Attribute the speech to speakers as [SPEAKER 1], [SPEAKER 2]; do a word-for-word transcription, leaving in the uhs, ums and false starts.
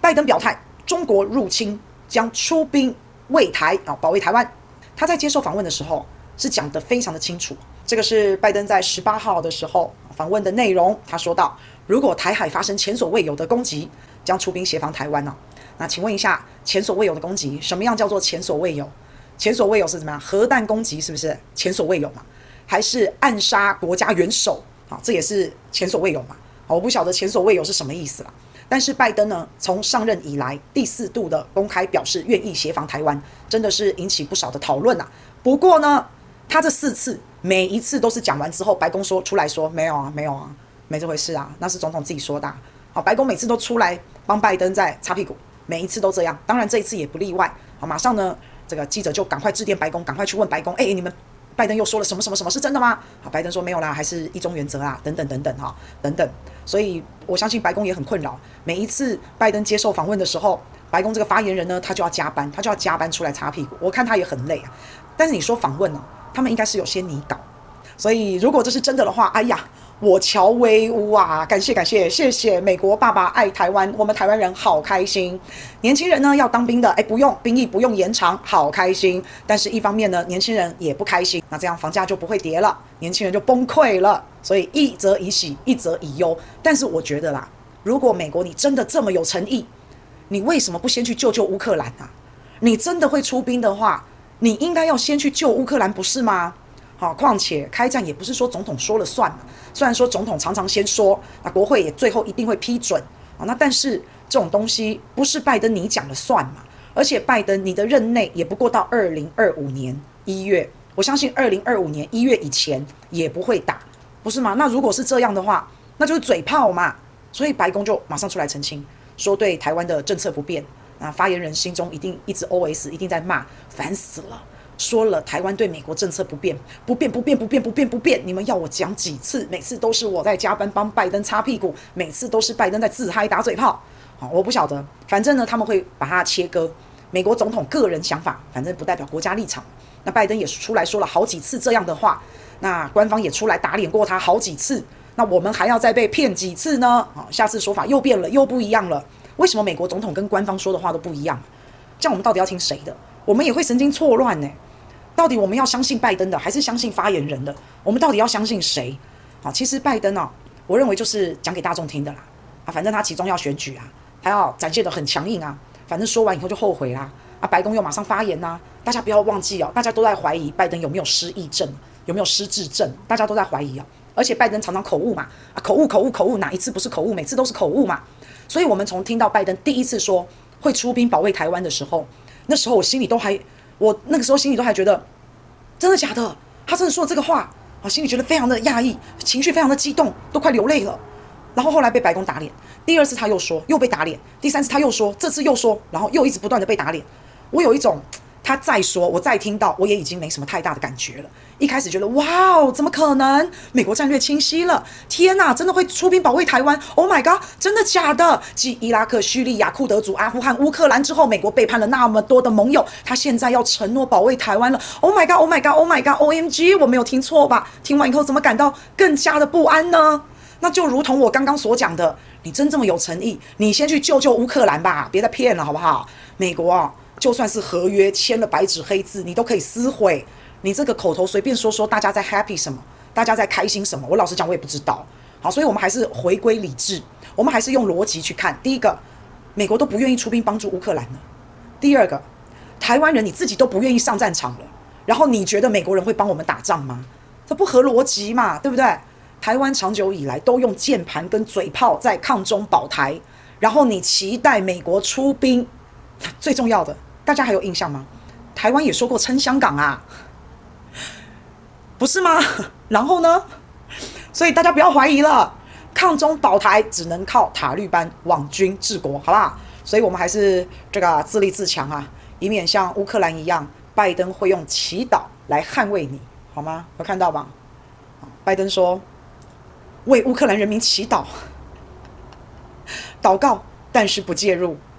[SPEAKER 1] 拜登表态，中国入侵将出兵卫台啊，保卫台湾。他在接受访问的时候是讲得非常的清楚。这个是拜登在十八号的时候访问的内容。他说到，如果台海发生前所未有的攻击，将出兵协防台湾呢、啊。那请问一下，前所未有的攻击，什么样叫做前所未有？前所未有是怎么样？核弹攻击是不是前所未有嘛？还是暗杀国家元首？好，这也是前所未有嘛？好，我不晓得前所未有是什么意思啦。但是拜登呢，从上任以来第四度的公开表示愿意协防台湾，真的是引起不少的讨论啊。不过呢，他这四次每一次都是讲完之后，白宫说出来说没有啊，没有啊，没这回事啊，那是总统自己说的、啊。好，白宫每次都出来帮拜登在擦屁股。每一次都这样，当然这一次也不例外。好，马上呢，这个记者就赶快致电白宫，赶快去问白宫，哎，你们拜登又说了什么什么什么，是真的吗？好，拜登说没有啦，还是一中原则啊，等等等等哈，等等。所以我相信白宫也很困扰。每一次拜登接受访问的时候，白宫这个发言人呢，他就要加班，他就要加班出来擦屁股。我看他也很累啊。但是你说访问呢、啊，他们应该是有先拟稿，所以如果这是真的的话，哎呀。我乔威武啊！感谢感谢谢谢美国爸爸爱台湾，我们台湾人好开心。年轻人呢要当兵的，哎，不用兵役不用延长，好开心。但是一方面呢，年轻人也不开心，那这样房价就不会跌了，年轻人就崩溃了。所以一则以喜，一则以忧。但是我觉得啦，如果美国你真的这么有诚意，你为什么不先去救救乌克兰啊？你真的会出兵的话，你应该要先去救乌克兰，不是吗？好，况且开战也不是说总统说了算嘛。虽然说总统常常先说，那国会也最后一定会批准啊。那但是这种东西不是拜登你讲了算嘛？而且拜登你的任内也不过到二零二五年一月，我相信二零二五年一月以前也不会打，不是吗？那如果是这样的话，那就是嘴炮嘛。所以白宫就马上出来澄清，说对台湾的政策不变。那发言人心中一定一直 O S 一定在骂，烦死了。说了台湾对美国政策不变，不变，不变，不变，不变，不变。你们要我讲几次？每次都是我在加班帮拜登擦屁股，每次都是拜登在自嗨打嘴炮。好，我不晓得，反正呢他们会把它切割。美国总统个人想法，反正不代表国家立场。那拜登也出来说了好几次这样的话，那官方也出来打脸过他好几次。那我们还要再被骗几次呢？好，下次说法又变了，又不一样了。为什么美国总统跟官方说的话都不一样？这样我们到底要听谁的？我们也会神经错乱呢。到底我们要相信拜登的，还是相信发言人的？我们到底要相信谁？好，其实拜登啊，我认为就是讲给大众听的啦。啊，反正他其中要选举啊，他要展现得很强硬啊。反正说完以后就后悔啦。啊，白宫又马上发言呐、啊。大家不要忘记哦，大家都在怀疑拜登有没有失忆症，有没有失智症，大家都在怀疑哦。而且拜登常常口误嘛，啊，口误口误口误，哪一次不是口误？每次都是口误嘛。所以我们从听到拜登第一次说会出兵保卫台湾的时候，那时候我心里都还。我那个时候心里都还觉得，真的假的？他真的说了这个话，我心里觉得非常的讶异，情绪非常的激动，都快流泪了。然后后来被白宫打脸，第二次他又说，又被打脸，第三次他又说，这次又说，然后又一直不断的被打脸。我有一种，他再说，我再听到，我也已经没什么太大的感觉了。一开始觉得哇哦，怎么可能？美国战略清晰了，天哪，真的会出兵保卫台湾 ？Oh my god， 真的假的？继伊拉克、叙利亚、库德族、阿富汗、乌克兰之后，美国背叛了那么多的盟友，他现在要承诺保卫台湾了。Oh my god，Oh my god，Oh my god，O M G， 我没有听错吧？听完以后怎么感到更加的不安呢？那就如同我刚刚所讲的，你真这么有诚意，你先去救救乌克兰吧，别再骗了好不好？美国啊，就算是合约签了白纸黑字，你都可以撕毁。你这个口头随便说说，大家在 happy 什么？大家在开心什么？我老实讲，我也不知道。好，所以我们还是回归理智，我们还是用逻辑去看。第一个，美国都不愿意出兵帮助乌克兰了；第二个，台湾人你自己都不愿意上战场了，然后你觉得美国人会帮我们打仗吗？这不合逻辑嘛，对不对？台湾长久以来都用键盘跟嘴炮在抗中保台，然后你期待美国出兵，最重要的，大家还有印象吗？台湾也说过撑香港啊。不是吗？然后呢？所以大家不要怀疑了，抗中保台只能靠塔利班网军治国，好不好？所以我们还是这个自立自强啊，以免像乌克兰一样，拜登会用祈祷来捍卫你，好吗？有看到吧？拜登说为乌克兰人民祈祷，祷告，但是不介入。